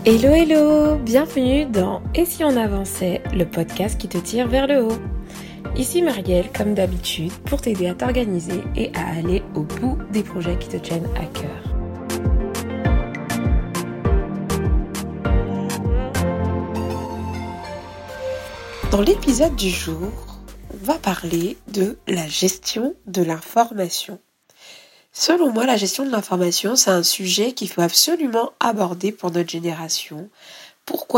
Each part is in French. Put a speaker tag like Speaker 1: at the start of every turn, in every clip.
Speaker 1: Hello hello, bienvenue dans Et si on avançait, le podcast qui te tire vers le haut. Ici Marielle, comme d'habitude, pour t'aider à t'organiser et à aller au bout des projets qui te tiennent à cœur. Dans l'épisode du jour, on va parler de la gestion de l'information. Selon moi, la gestion de l'information, c'est un sujet qu'il faut absolument aborder pour notre génération. Pourquoi ?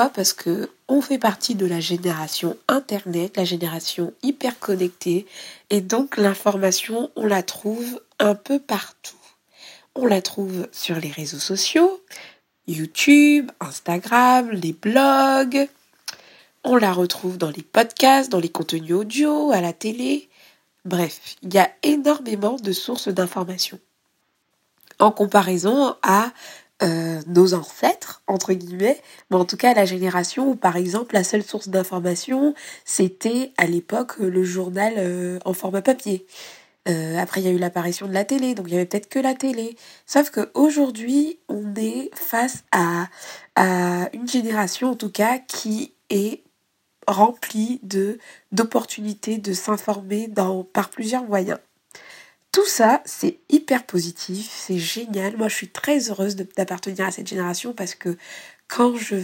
Speaker 1: Parce que on fait partie de la génération Internet, la génération hyper connectée, et donc l'information, on la trouve un peu partout. On la trouve sur les réseaux sociaux, YouTube, Instagram, les blogs. On la retrouve dans les podcasts, dans les contenus audio, à la télé. Bref, il y a énormément de sources d'informations. En comparaison à nos ancêtres, entre guillemets, mais en tout cas à la génération où, par exemple, la seule source d'information, c'était à l'époque le journal en format papier. Après, il y a eu l'apparition de la télé, donc il y avait peut-être que la télé. Sauf qu'aujourd'hui, on est face à une génération, en tout cas, qui est remplie d'opportunités de s'informer par plusieurs moyens. Tout ça, c'est hyper positif, c'est génial. Moi, je suis très heureuse d'appartenir à cette génération parce que quand je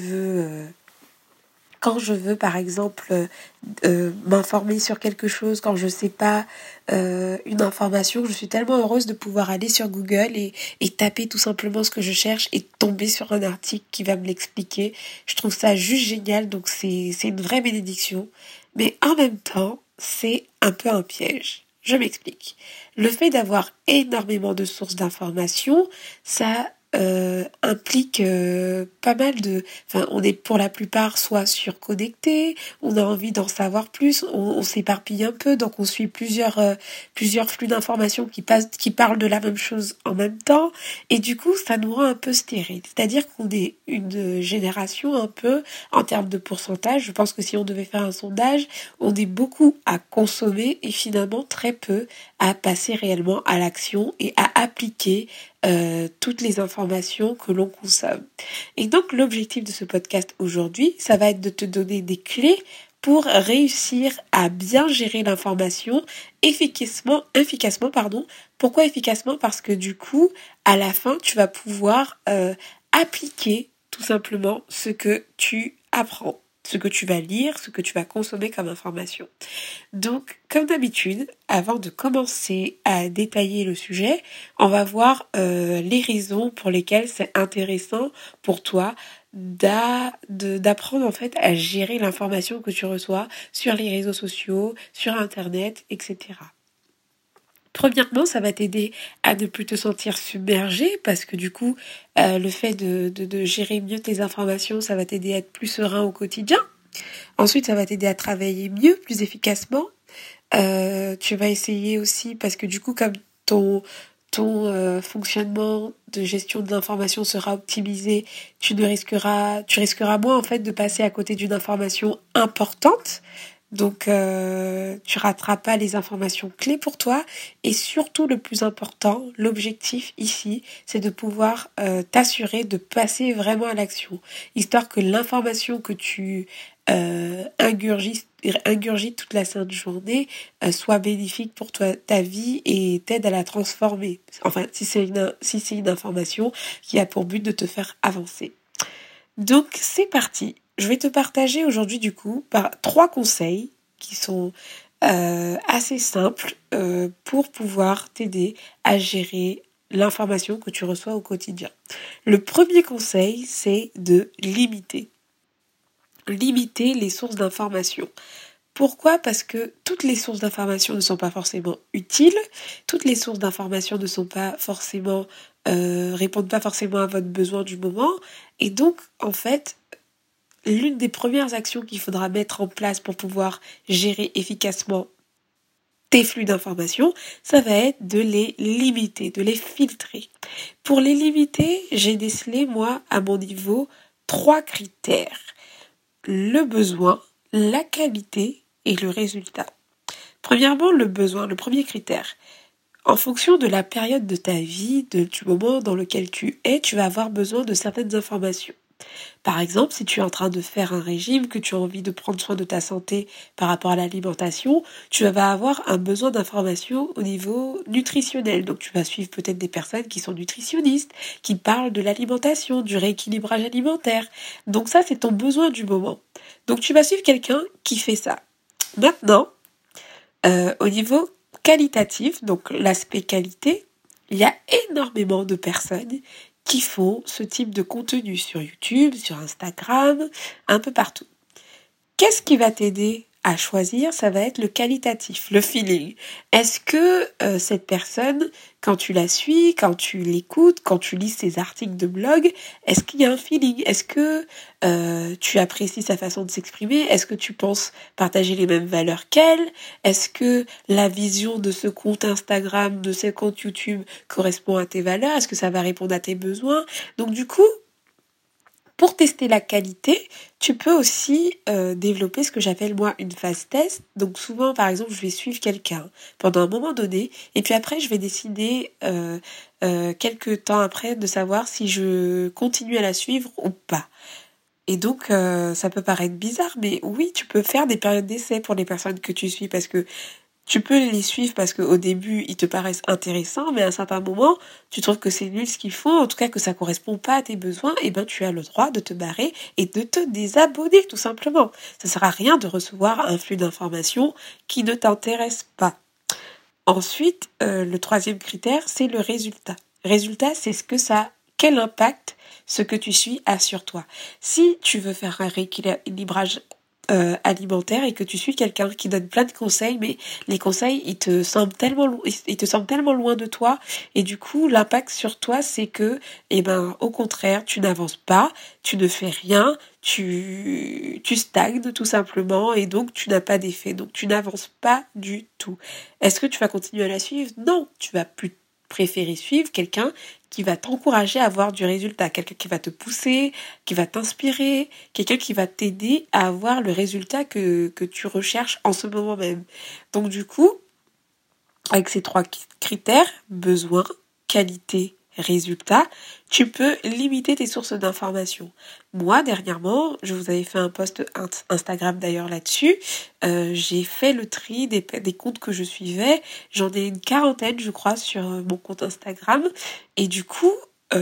Speaker 1: veux par exemple, m'informer sur quelque chose, quand je sais pas une information, je suis tellement heureuse de pouvoir aller sur Google et taper tout simplement ce que je cherche et tomber sur un article qui va me l'expliquer. Je trouve ça juste génial, donc c'est une vraie bénédiction. Mais en même temps, c'est un peu un piège. Je m'explique. Le fait d'avoir énormément de sources d'informations, ça implique pas mal de... Enfin, on est pour la plupart soit surconnectés, on a envie d'en savoir plus, on s'éparpille un peu, donc on suit plusieurs flux d'informations qui parlent de la même chose en même temps, et du coup, ça nous rend un peu stérile. C'est-à-dire qu'on est une génération un peu, en termes de pourcentage, je pense que si on devait faire un sondage, on est beaucoup à consommer et finalement très peu à passer réellement à l'action et à appliquer toutes les informations que l'on consomme. Et donc l'objectif de ce podcast aujourd'hui, ça va être de te donner des clés pour réussir à bien gérer l'information efficacement. Pourquoi efficacement ? Parce que du coup, à la fin, tu vas pouvoir appliquer tout simplement ce que tu apprends, ce que tu vas lire, ce que tu vas consommer comme information. Donc, comme d'habitude, avant de commencer à détailler le sujet, on va voir les raisons pour lesquelles c'est intéressant pour toi d'apprendre en fait à gérer l'information que tu reçois sur les réseaux sociaux, sur Internet, etc. Premièrement, ça va t'aider à ne plus te sentir submergé parce que du coup, le fait de gérer mieux tes informations, ça va t'aider à être plus serein au quotidien. Ensuite, ça va t'aider à travailler mieux, plus efficacement. Tu vas essayer aussi, parce que du coup, comme ton fonctionnement de gestion de l'information sera optimisé, tu risqueras moins en fait de passer à côté d'une information importante. Donc, tu rateras pas les informations clés pour toi. Et surtout, le plus important, l'objectif ici, c'est de pouvoir t'assurer de passer vraiment à l'action. Histoire que l'information que tu ingurgites toute la sainte journée soit bénéfique pour toi, ta vie et t'aide à la transformer. Enfin, si c'est une information qui a pour but de te faire avancer. Donc, c'est parti. Je vais te partager aujourd'hui du coup par 3 conseils qui sont assez simples pour pouvoir t'aider à gérer l'information que tu reçois au quotidien. Le premier conseil, c'est de limiter les sources d'information. Pourquoi ? Parce que toutes les sources d'information ne sont pas forcément utiles, toutes les sources d'information ne sont pas forcément répondent pas forcément à votre besoin du moment, et donc en fait l'une des premières actions qu'il faudra mettre en place pour pouvoir gérer efficacement tes flux d'informations, ça va être de les limiter, de les filtrer. Pour les limiter, j'ai décelé, moi, à mon niveau, 3 critères. Le besoin, la qualité et le résultat. Premièrement, le besoin, le premier critère. En fonction de la période de ta vie, du moment dans lequel tu es, tu vas avoir besoin de certaines informations. Par exemple, si tu es en train de faire un régime, que tu as envie de prendre soin de ta santé par rapport à l'alimentation, tu vas avoir un besoin d'information au niveau nutritionnel. Donc tu vas suivre peut-être des personnes qui sont nutritionnistes, qui parlent de l'alimentation, du rééquilibrage alimentaire. Donc ça, c'est ton besoin du moment. Donc tu vas suivre quelqu'un qui fait ça. Maintenant, au niveau qualitatif, donc l'aspect qualité, il y a énormément de personnes qui font ce type de contenu sur YouTube, sur Instagram, un peu partout. Qu'est-ce qui va t'aider à choisir? Ça va être le qualitatif, le feeling. Est-ce que cette personne, quand tu la suis, quand tu l'écoutes, quand tu lis ses articles de blog, est-ce qu'il y a un feeling? Est-ce que tu apprécies sa façon de s'exprimer? Est-ce que tu penses partager les mêmes valeurs qu'elle? Est-ce que la vision de ce compte Instagram, de ce compte YouTube correspond à tes valeurs? Est-ce que ça va répondre à tes besoins? Donc du coup, pour tester la qualité, tu peux aussi développer ce que j'appelle moi une phase test. Donc souvent, par exemple, je vais suivre quelqu'un pendant un moment donné, et puis après, je vais décider quelques temps après de savoir si je continue à la suivre ou pas. Et donc, ça peut paraître bizarre, mais oui, tu peux faire des périodes d'essai pour les personnes que tu suis, parce que tu peux les suivre parce qu'au début, ils te paraissent intéressants, mais à un certain moment, tu trouves que c'est nul ce qu'ils font, en tout cas que ça correspond pas à tes besoins, et ben tu as le droit de te barrer et de te désabonner, tout simplement. Ça sert à rien de recevoir un flux d'informations qui ne t'intéresse pas. Ensuite, le troisième critère, c'est le résultat. Résultat, c'est quel impact ce que tu suis a sur toi. Si tu veux faire un rééquilibrage alimentaire et que tu suis quelqu'un qui donne plein de conseils, mais les conseils, ils te semblent tellement loin de toi, et du coup, l'impact sur toi, c'est que, au contraire, tu n'avances pas, tu ne fais rien, tu stagnes tout simplement, et donc tu n'as pas d'effet, donc tu n'avances pas du tout. Est-ce que tu vas continuer à la suivre? Non, tu vas plus préférer suivre quelqu'un qui va t'encourager à avoir du résultat, quelqu'un qui va te pousser, qui va t'inspirer, quelqu'un qui va t'aider à avoir le résultat que tu recherches en ce moment même. Donc du coup, avec ces trois critères, besoin, qualité, résultat, tu peux limiter tes sources d'informations. Moi, dernièrement, je vous avais fait un post Instagram d'ailleurs là-dessus, j'ai fait le tri des comptes que je suivais, j'en ai une quarantaine je crois sur mon compte Instagram, et du coup,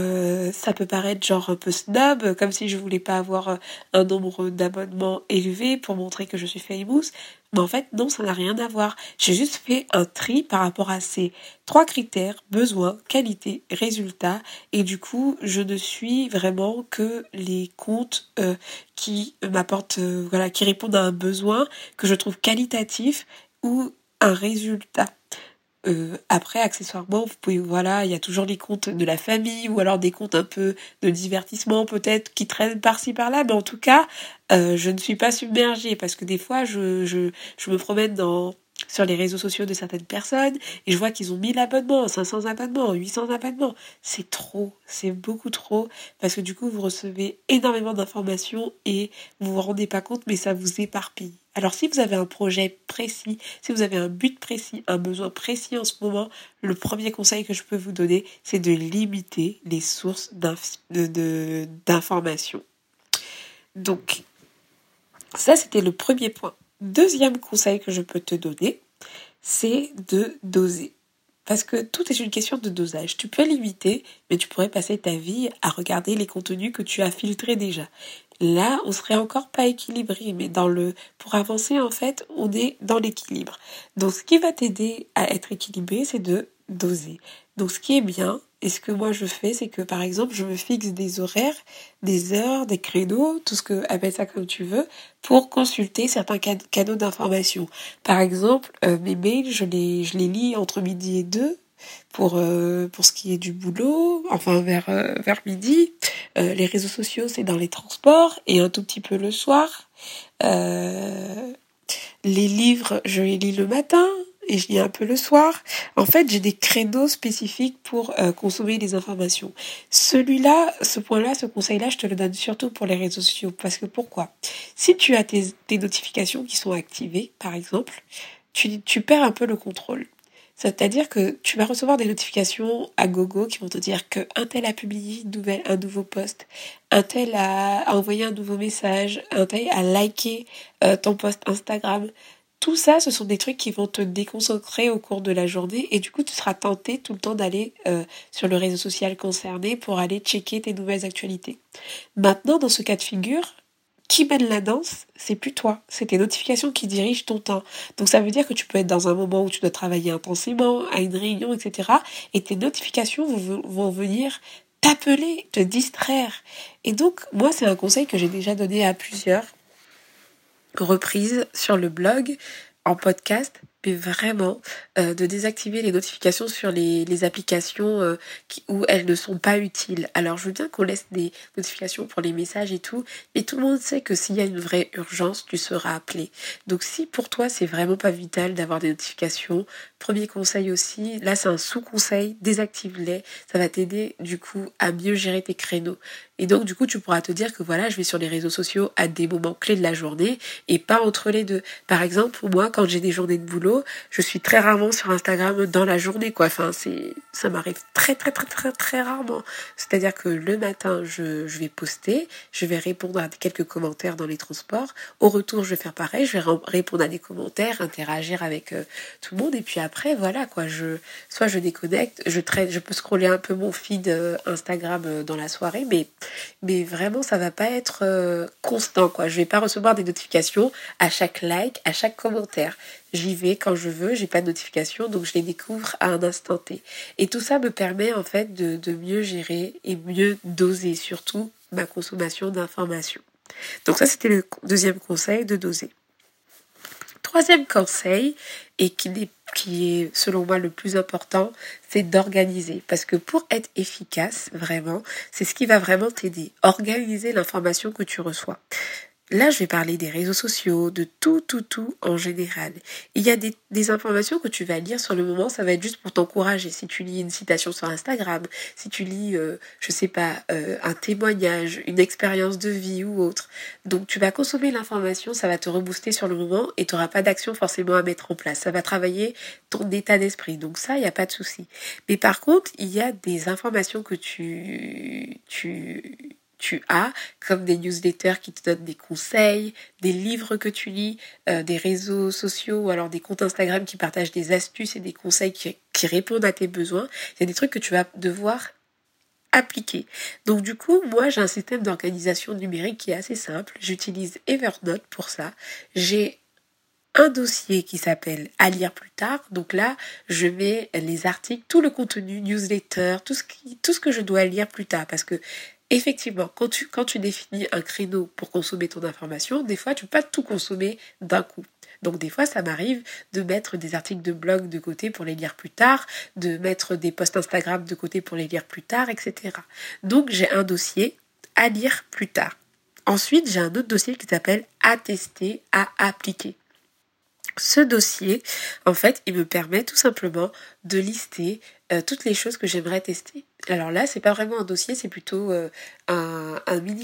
Speaker 1: ça peut paraître genre un peu snob, comme si je voulais pas avoir un nombre d'abonnements élevé pour montrer que je suis famous. Mais en fait, non, ça n'a rien à voir. J'ai juste fait un tri par rapport à ces trois critères, besoin, qualité, résultat. Et du coup, je ne suis vraiment que les comptes qui m'apportent, qui répondent à un besoin que je trouve qualitatif ou un résultat. Après, accessoirement, vous pouvez, il y a toujours les comptes de la famille ou alors des comptes un peu de divertissement peut-être qui traînent par-ci par-là, mais en tout cas, je ne suis pas submergée parce que des fois, je me promène sur les réseaux sociaux de certaines personnes et je vois qu'ils ont 1000 abonnements, 500 abonnements, 800 abonnements. C'est trop, c'est beaucoup trop parce que du coup, vous recevez énormément d'informations et vous vous rendez pas compte, mais ça vous éparpille. Alors si vous avez un projet précis, si vous avez un but précis, un besoin précis en ce moment, le premier conseil que je peux vous donner, c'est de limiter les sources d'informations. Donc, ça c'était le premier point. Deuxième conseil que je peux te donner, c'est de doser. Parce que tout est une question de dosage. Tu peux limiter, mais tu pourrais passer ta vie à regarder les contenus que tu as filtrés déjà. Là, on serait encore pas équilibré, mais pour avancer, en fait, on est dans l'équilibre. Donc, ce qui va t'aider à être équilibré, c'est de doser. Donc, ce qui est bien, et ce que moi je fais, c'est que, par exemple, je me fixe des horaires, des heures, des créneaux, tout ce que, appelle ça comme tu veux, pour consulter certains canaux d'information. Par exemple, mes mails, je les lis entre midi et 2, pour ce qui est du boulot, enfin vers midi. Les réseaux sociaux, c'est dans les transports et un tout petit peu le soir. Les livres, je les lis le matin et je lis un peu le soir. En fait, j'ai des créneaux spécifiques pour consommer les informations. Ce conseil-là, je te le donne surtout pour les réseaux sociaux. Parce que pourquoi? Si tu as tes notifications qui sont activées, par exemple, tu perds un peu le contrôle. C'est-à-dire que tu vas recevoir des notifications à gogo qui vont te dire que un tel a publié un nouveau post, un tel a envoyé un nouveau message, un tel a liké ton post Instagram. Tout ça, ce sont des trucs qui vont te déconcentrer au cours de la journée et du coup, tu seras tenté tout le temps d'aller sur le réseau social concerné pour aller checker tes nouvelles actualités. Maintenant, dans ce cas de figure, qui mène la danse, c'est plus toi. C'est tes notifications qui dirigent ton temps. Donc ça veut dire que tu peux être dans un moment où tu dois travailler intensément, à une réunion, etc. Et tes notifications vont venir t'appeler, te distraire. Et donc, moi, c'est un conseil que j'ai déjà donné à plusieurs reprises sur le blog, en podcast, mais vraiment de désactiver les notifications sur les applications où elles ne sont pas utiles. Alors je veux bien qu'on laisse des notifications pour les messages et tout, mais tout le monde sait que s'il y a une vraie urgence, tu seras appelé. Donc si pour toi c'est vraiment pas vital d'avoir des notifications, premier conseil aussi, là c'est un sous-conseil, désactive-les, ça va t'aider du coup à mieux gérer tes créneaux. Et donc du coup tu pourras te dire que voilà, je vais sur les réseaux sociaux à des moments clés de la journée et pas entre les deux. Par exemple, moi quand j'ai des journées de boulot, je suis très rarement sur Instagram dans la journée, quoi. Enfin, ça m'arrive très rarement. C'est-à-dire que le matin, je vais poster, je vais répondre à quelques commentaires dans les transports. Au retour, je vais faire pareil, je vais répondre à des commentaires, interagir avec tout le monde. Et puis après, voilà, quoi. Soit je déconnecte, je peux scroller un peu mon feed Instagram dans la soirée, mais vraiment, ça va pas être constant, quoi. Je vais pas recevoir des notifications à chaque like, à chaque commentaire. J'y vais quand je veux, j'ai pas de notification, donc je les découvre à un instant T. Et tout ça me permet en fait de mieux gérer et mieux doser surtout ma consommation d'informations. Donc ça, c'était le deuxième conseil, de doser. Troisième conseil, et qui est selon moi le plus important, c'est d'organiser. Parce que pour être efficace, vraiment, c'est ce qui va vraiment t'aider. Organiser l'information que tu reçois. Là, je vais parler des réseaux sociaux, de tout en général. Il y a des informations que tu vas lire sur le moment, ça va être juste pour t'encourager. Si tu lis une citation sur Instagram, si tu lis, je sais pas, un témoignage, une expérience de vie ou autre. Donc, tu vas consommer l'information, ça va te rebooster sur le moment et tu n'auras pas d'action forcément à mettre en place. Ça va travailler ton état d'esprit. Donc ça, il n'y a pas de souci. Mais par contre, il y a des informations que tu as, comme des newsletters qui te donnent des conseils, des livres que tu lis, des réseaux sociaux ou alors des comptes Instagram qui partagent des astuces et des conseils qui répondent à tes besoins. Il y a des trucs que tu vas devoir appliquer. Donc du coup, moi j'ai un système d'organisation numérique qui est assez simple. J'utilise Evernote pour ça. J'ai un dossier qui s'appelle à lire plus tard. Donc là, je mets les articles, tout le contenu, newsletter, tout ce que je dois lire plus tard. Parce que effectivement, quand tu définis un créneau pour consommer ton information, des fois, tu peux pas tout consommer d'un coup. Donc des fois, ça m'arrive de mettre des articles de blog de côté pour les lire plus tard, de mettre des posts Instagram de côté pour les lire plus tard, etc. Donc j'ai un dossier à lire plus tard. Ensuite, j'ai un autre dossier qui s'appelle à tester, à appliquer. Ce dossier, en fait, il me permet tout simplement de lister toutes les choses que j'aimerais tester. Alors là, c'est pas vraiment un dossier, c'est plutôt un mini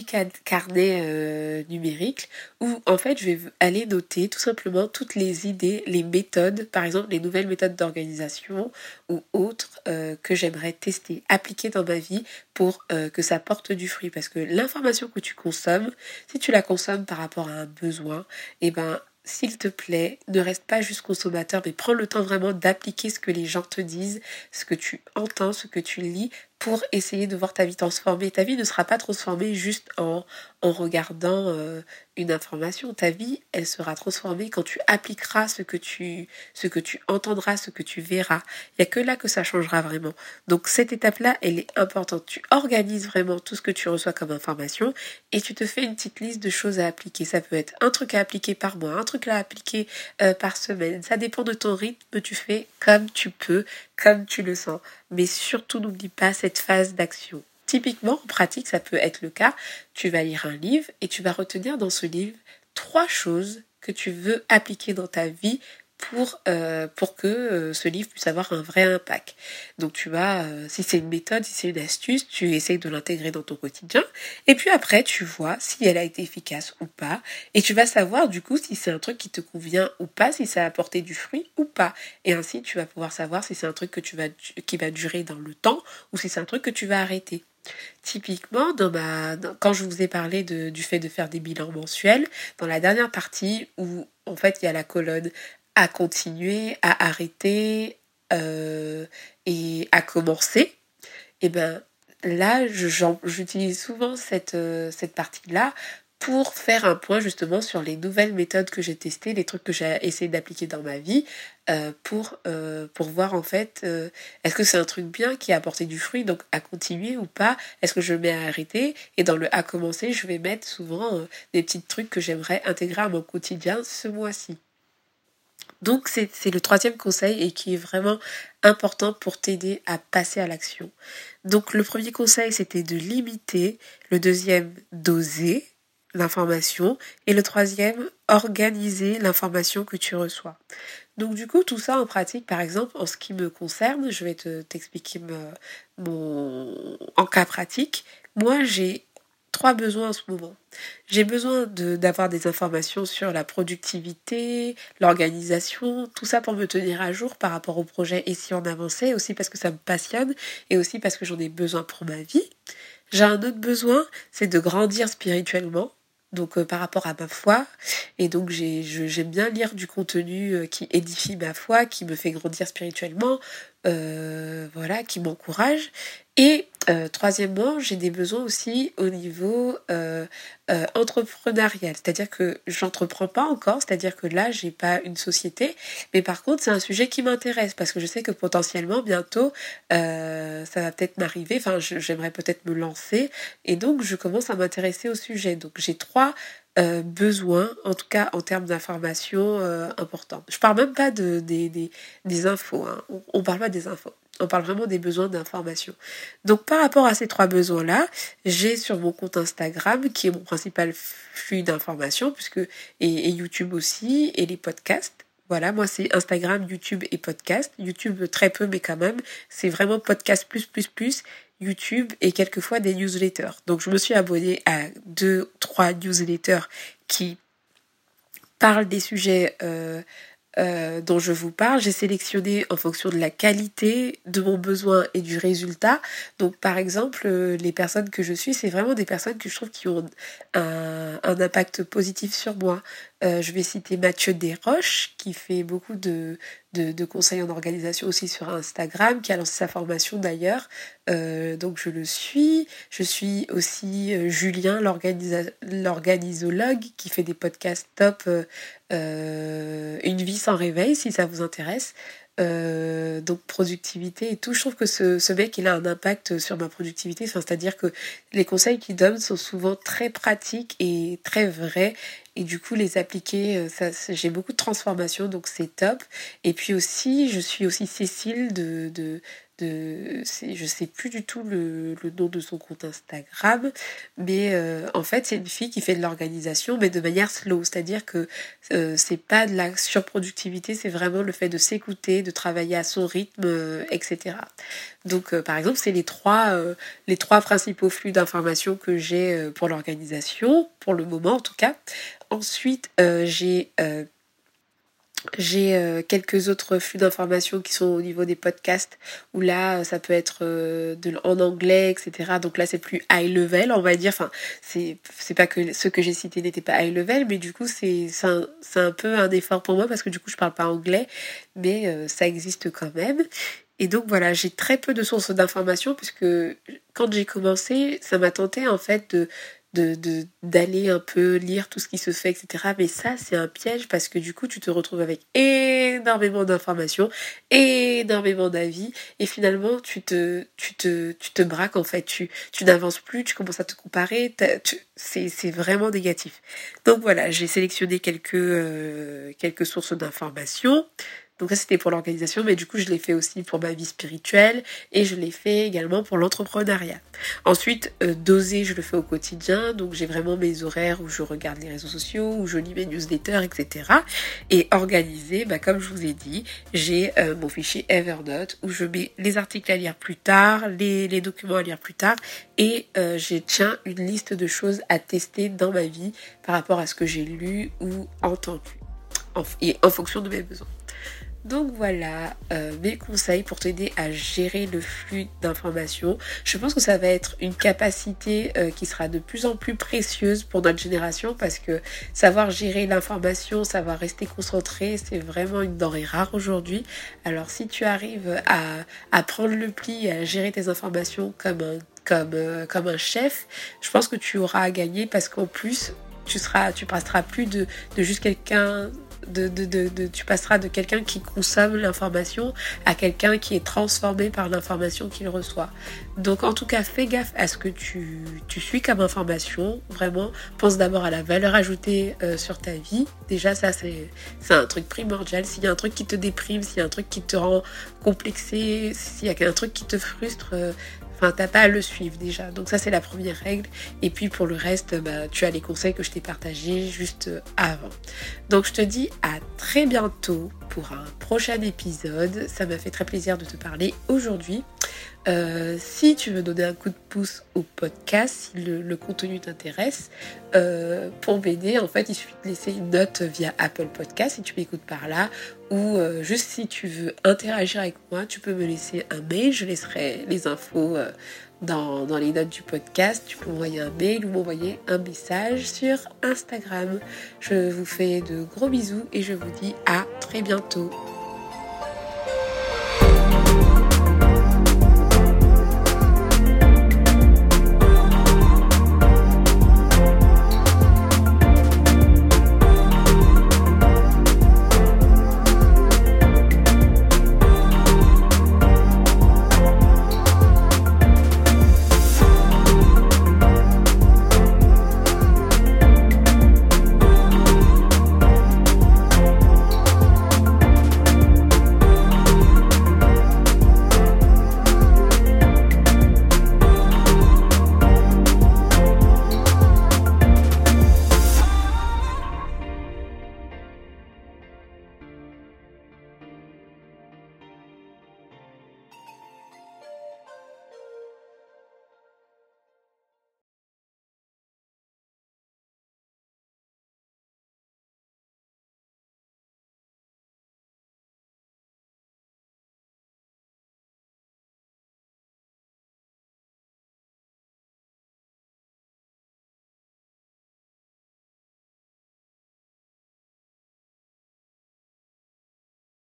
Speaker 1: carnet numérique où en fait je vais aller noter tout simplement toutes les idées, les méthodes, par exemple les nouvelles méthodes d'organisation ou autres que j'aimerais tester, appliquer dans ma vie pour que ça porte du fruit. Parce que l'information que tu consommes, si tu la consommes par rapport à un besoin, eh ben s'il te plaît, ne reste pas juste consommateur, mais prends le temps vraiment d'appliquer ce que les gens te disent, ce que tu entends, ce que tu lis, pour essayer de voir ta vie transformer. Ta vie ne sera pas transformée juste en regardant une information. Ta vie, elle sera transformée quand tu appliqueras ce que tu entendras, ce que tu verras. Il n'y a que là que ça changera vraiment. Donc cette étape-là, elle est importante. Tu organises vraiment tout ce que tu reçois comme information et tu te fais une petite liste de choses à appliquer. Ça peut être un truc à appliquer par mois, un truc à appliquer par semaine. Ça dépend de ton rythme. Tu fais comme tu peux, comme tu le sens. Mais surtout, n'oublie pas cette phase d'action. Typiquement, en pratique, ça peut être le cas. Tu vas lire un livre et tu vas retenir dans ce livre 3 choses que tu veux appliquer dans ta vie pour que ce livre puisse avoir un vrai impact. Donc tu vas, si c'est une méthode, si c'est une astuce, tu essayes de l'intégrer dans ton quotidien, et puis après tu vois si elle a été efficace ou pas, et tu vas savoir du coup si c'est un truc qui te convient ou pas, si ça a apporté du fruit ou pas, et ainsi tu vas pouvoir savoir si c'est un truc qui va durer dans le temps, ou si c'est un truc que tu vas arrêter. Typiquement, quand je vous ai parlé du fait de faire des bilans mensuels, dans la dernière partie où en fait il y a la colonne à continuer, à arrêter et à commencer, et ben là j'utilise souvent cette partie-là pour faire un point justement sur les nouvelles méthodes que j'ai testées, les trucs que j'ai essayé d'appliquer dans ma vie, pour voir en fait est-ce que c'est un truc bien qui a apporté du fruit, donc à continuer ou pas, est-ce que je mets à arrêter, et dans le à commencer je vais mettre souvent des petits trucs que j'aimerais intégrer à mon quotidien ce mois-ci. Donc c'est le troisième conseil et qui est vraiment important pour t'aider à passer à l'action. Donc le premier conseil c'était de limiter, le deuxième d'oser l'information et le troisième organiser l'information que tu reçois. Donc du coup tout ça en pratique, par exemple en ce qui me concerne, je vais t'expliquer en cas pratique. Moi j'ai trois besoins en ce moment. J'ai besoin d'avoir des informations sur la productivité, l'organisation, tout ça pour me tenir à jour par rapport au projet et si on avançait, aussi parce que ça me passionne et aussi parce que j'en ai besoin pour ma vie. J'ai un autre besoin, c'est de grandir spirituellement. Donc par rapport à ma foi, et donc j'aime bien lire du contenu qui édifie ma foi, qui me fait grandir spirituellement, voilà, qui m'encourage. Et troisièmement, j'ai des besoins aussi au niveau entrepreneurial, c'est-à-dire que j'entreprends pas encore, c'est-à-dire que là j'ai pas une société, mais par contre c'est un sujet qui m'intéresse parce que je sais que potentiellement bientôt ça va peut-être m'arriver, enfin j'aimerais peut-être me lancer, et donc je commence à m'intéresser au sujet. Donc j'ai trois besoins, en tout cas en termes d'informations importantes. Je parle même pas des infos, hein. On parle pas des infos. On parle vraiment des besoins d'information. Donc par rapport à ces trois besoins-là, j'ai sur mon compte Instagram, qui est mon principal flux d'informations, et YouTube aussi, et les podcasts. Voilà, moi c'est Instagram, YouTube et podcast. YouTube très peu, mais quand même, c'est vraiment podcast plus, YouTube et quelquefois des newsletters. Donc je me suis abonnée à 2-3 newsletters qui parlent des sujets dont je vous parle. J'ai sélectionné en fonction de la qualité, de mon besoin et du résultat. Donc par exemple, les personnes que je suis, c'est vraiment des personnes que je trouve qui ont un impact positif sur moi. Je vais citer Mathieu Desroches, qui fait beaucoup de conseils en organisation aussi sur Instagram, qui a lancé sa formation d'ailleurs. Donc je le suis. Je suis aussi Julien, l'organisologue, qui fait des podcasts top, Une vie sans réveil, si ça vous intéresse. Donc productivité et tout, je trouve que ce mec il a un impact sur ma productivité, enfin, c'est-à-dire que les conseils qu'il donne sont souvent très pratiques et très vrais, et du coup les appliquer, j'ai beaucoup de transformations, donc c'est top. Et puis aussi je suis aussi Cécile je sais plus du tout le nom de son compte Instagram, mais en fait c'est une fille qui fait de l'organisation mais de manière slow, c'est-à-dire que c'est pas de la surproductivité, c'est vraiment le fait de s'écouter, de travailler à son rythme, etc. Donc par exemple c'est les trois principaux flux d'informations que j'ai pour l'organisation, pour le moment en tout cas. Ensuite j'ai quelques autres flux d'informations qui sont au niveau des podcasts, où là ça peut être en anglais, etc. Donc là c'est plus high level, on va dire. Enfin c'est pas que ceux que j'ai cités n'étaient pas high level, mais du coup c'est un peu un effort pour moi parce que du coup je parle pas anglais, mais ça existe quand même. Et donc voilà, j'ai très peu de sources d'informations puisque quand j'ai commencé, ça m'a tenté en fait d'aller un peu lire tout ce qui se fait, etc. Mais ça, c'est un piège parce que du coup, tu te retrouves avec énormément d'informations, énormément d'avis, et finalement, tu te braques, en fait. Tu n'avances plus, tu commences à te comparer, c'est vraiment négatif. Donc voilà, j'ai sélectionné quelques sources d'informations. Donc ça, c'était pour l'organisation, mais du coup, je l'ai fait aussi pour ma vie spirituelle et je l'ai fait également pour l'entrepreneuriat. Ensuite, doser, je le fais au quotidien. Donc j'ai vraiment mes horaires où je regarde les réseaux sociaux, où je lis mes newsletters, etc. Et organiser, comme je vous ai dit, j'ai mon fichier Evernote où je mets les articles à lire plus tard, les documents à lire plus tard et j'ai une liste de choses à tester dans ma vie par rapport à ce que j'ai lu ou entendu et en fonction de mes besoins. Donc voilà mes conseils pour t'aider à gérer le flux d'informations. Je pense que ça va être une capacité qui sera de plus en plus précieuse pour notre génération parce que savoir gérer l'information, savoir rester concentré, c'est vraiment une denrée rare aujourd'hui. Alors si tu arrives à prendre le pli, à gérer tes informations comme un chef, je pense que tu auras à gagner parce qu'en plus, tu passeras plus de juste quelqu'un tu passeras de quelqu'un qui consomme l'information à quelqu'un qui est transformé par l'information qu'il reçoit. Donc en tout cas, fais gaffe à ce que tu suis comme information. Vraiment, pense d'abord à la valeur ajoutée sur ta vie. Déjà, ça c'est un truc primordial. S'il y a un truc qui te déprime, s'il y a un truc qui te rend complexé, s'il y a un truc qui te frustre, t'as pas à le suivre déjà. Donc ça, c'est la première règle. Et puis pour le reste, tu as les conseils que je t'ai partagés juste avant. Donc je te dis à très bientôt pour un prochain épisode. Ça m'a fait très plaisir de te parler aujourd'hui. Si tu veux donner un coup de pouce au podcast, si le contenu t'intéresse, pour m'aider, en fait, il suffit de laisser une note via Apple Podcast si tu m'écoutes par là, ou juste si tu veux interagir avec moi, tu peux me laisser un mail, je laisserai les infos dans les notes du podcast. Tu peux m'envoyer un mail ou m'envoyer un message sur Instagram. Je vous fais de gros bisous et je vous dis à très bientôt.